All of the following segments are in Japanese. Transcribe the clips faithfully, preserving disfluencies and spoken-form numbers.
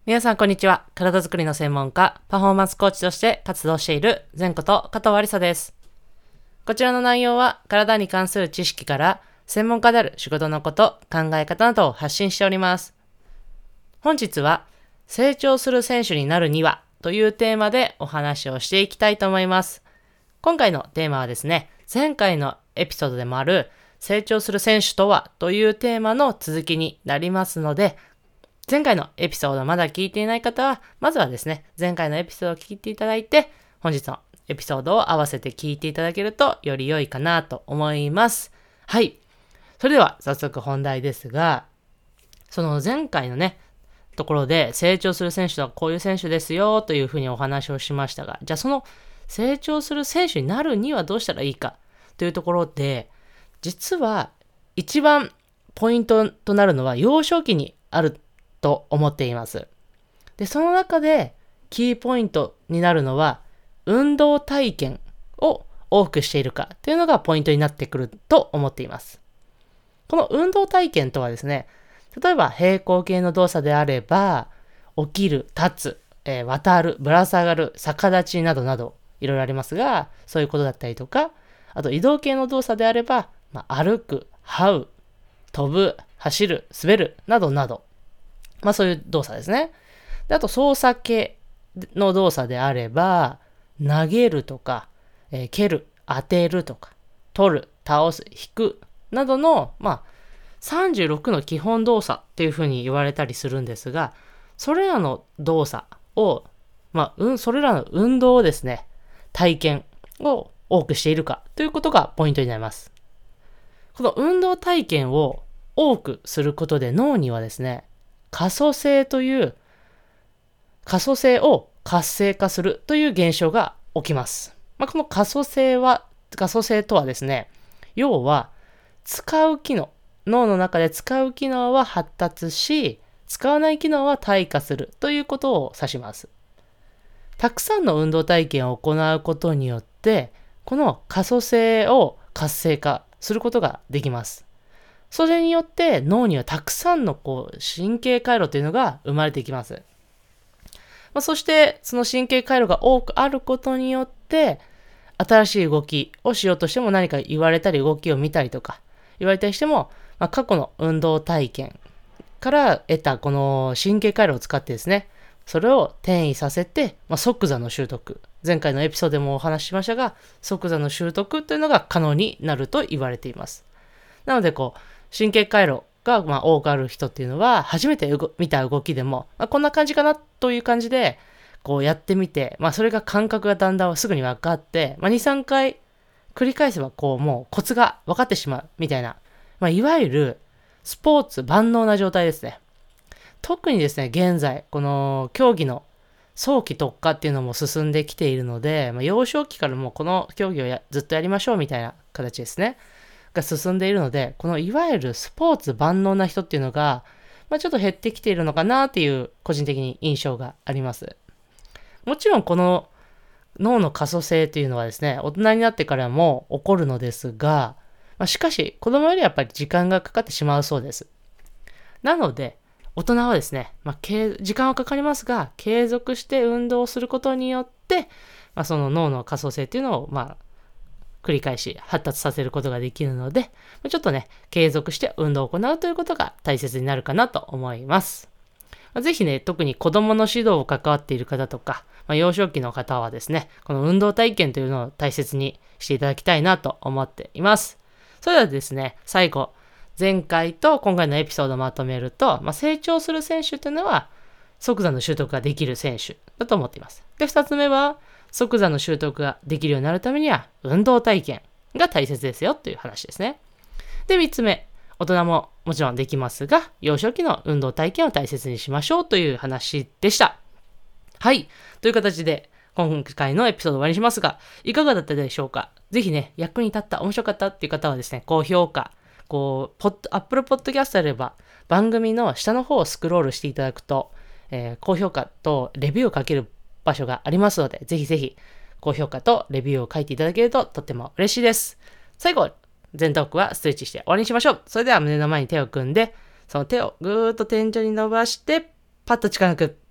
皆さんこんにちは。体づくりの専門家、パフォーマンスコーチとして活動している前こと加藤ありさです。こちらの内容は体に関する知識から専門家である仕事のこと、考え方などを発信しております。本日は成長する選手になるにはというテーマでお話をしていきたいと思います。今回のテーマはですね、前回のエピソードでもある成長する選手とはというテーマの続きになりますので、前回のエピソードまだ聞いていない方は、まずはですね、前回のエピソードを聞いていただいて、本日のエピソードを合わせて聞いていただけるとより良いかなと思います。はい。それでは早速本題ですが、その前回のね、ところで成長する選手とはこういう選手ですよというふうにお話をしましたが、じゃあその成長する選手になるにはどうしたらいいかというところで、実は一番ポイントとなるのは幼少期にあると思っています。で、その中でキーポイントになるのは運動体験を多くしているかというのがポイントになってくると思っています。この運動体験とはですね、例えば平行形の動作であれば、起きる、立つ、えー、渡る、ぶら下がる、逆立ちなどなどいろいろありますが、そういうことだったりとか、あと移動系の動作であれば、まあ、歩く、這う、飛ぶ、走る、滑るなどなど、まあそういう動作ですね。で、あと操作系の動作であれば、投げるとか、えー、蹴る、当てるとか、取る、倒す、引くなどの、まあ、さんじゅうろくの基本動作っていうふうに言われたりするんですが、それらの動作を、まあ、うん、それらの運動をですね、体験を多くしているかということがポイントになります。この運動体験を多くすることで脳にはですね、可塑性という、可塑性を活性化するという現象が起きます。まあ、この可塑性は、可塑性とはですね、要は使う機能、脳の中で使う機能は発達し、使わない機能は退化するということを指します。たくさんの運動体験を行うことによって、この可塑性を活性化することができます。それによって脳にはたくさんのこう神経回路というのが生まれてきます。まあ、そしてその神経回路が多くあることによって新しい動きをしようとしても何か言われたり動きを見たりとか言われたりしても、まあ、過去の運動体験から得たこの神経回路を使ってですね、それを転移させて、まあ、即座の習得。前回のエピソードでもお話ししましたが、即座の習得というのが可能になると言われています。なのでこう、神経回路がまあ多くある人っていうのは、初めて見た動きでも、まあ、こんな感じかなという感じで、こうやってみて、まあそれが感覚がだんだんすぐに分かって、まあに、さんかい繰り返せばこうもうコツが分かってしまうみたいな、まあいわゆるスポーツ万能な状態ですね。特にですね、現在、この競技の早期特化っていうのも進んできているので、まあ、幼少期からもうこの競技をやずっとやりましょうみたいな形ですね。が進んでいるので、このいわゆるスポーツ万能な人っていうのが、まあ、ちょっと減ってきているのかなっていう個人的に印象があります。もちろんこの脳の可塑性っていうのはですね、大人になってからも起こるのですが、まあ、しかし子供よりやっぱり時間がかかってしまうそうです。なので、大人はですね、まあ、時間はかかりますが、継続して運動をすることによって、まあ、その脳の可塑性っていうのを、まあ、繰り返し発達させることができるので、ちょっとね、継続して運動を行うということが大切になるかなと思います。ぜひね、特に子供の指導を関わっている方とか、まあ、幼少期の方はですね、この運動体験というのを大切にしていただきたいなと思っています。それではですね、最後、前回と今回のエピソードをまとめると、まあ、成長する選手というのは即座の習得ができる選手だと思っています。で、二つ目は、即座の習得ができるようになるためには運動体験が大切ですよという話ですね。で、三つ目、大人ももちろんできますが、幼少期の運動体験を大切にしましょうという話でした。はい。という形で、今回のエピソード終わりにしますが、いかがだったでしょうか？ぜひね、役に立った、面白かったっていう方はですね、高評価、こう、ポッド、Apple Podcast であれば、番組の下の方をスクロールしていただくと、えー、高評価とレビューをかける場所がありますので、ぜひぜひ高評価とレビューを書いていただけるととっても嬉しいです。最後、前トークはストレッチして終わりにしましょう。それでは胸の前に手を組んで、その手をぐーっと天井に伸ばして、パッと力抜く。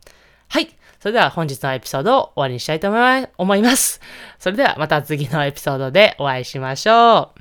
はい。それでは本日のエピソードを終わりにしたいと思います。それではまた次のエピソードでお会いしましょう。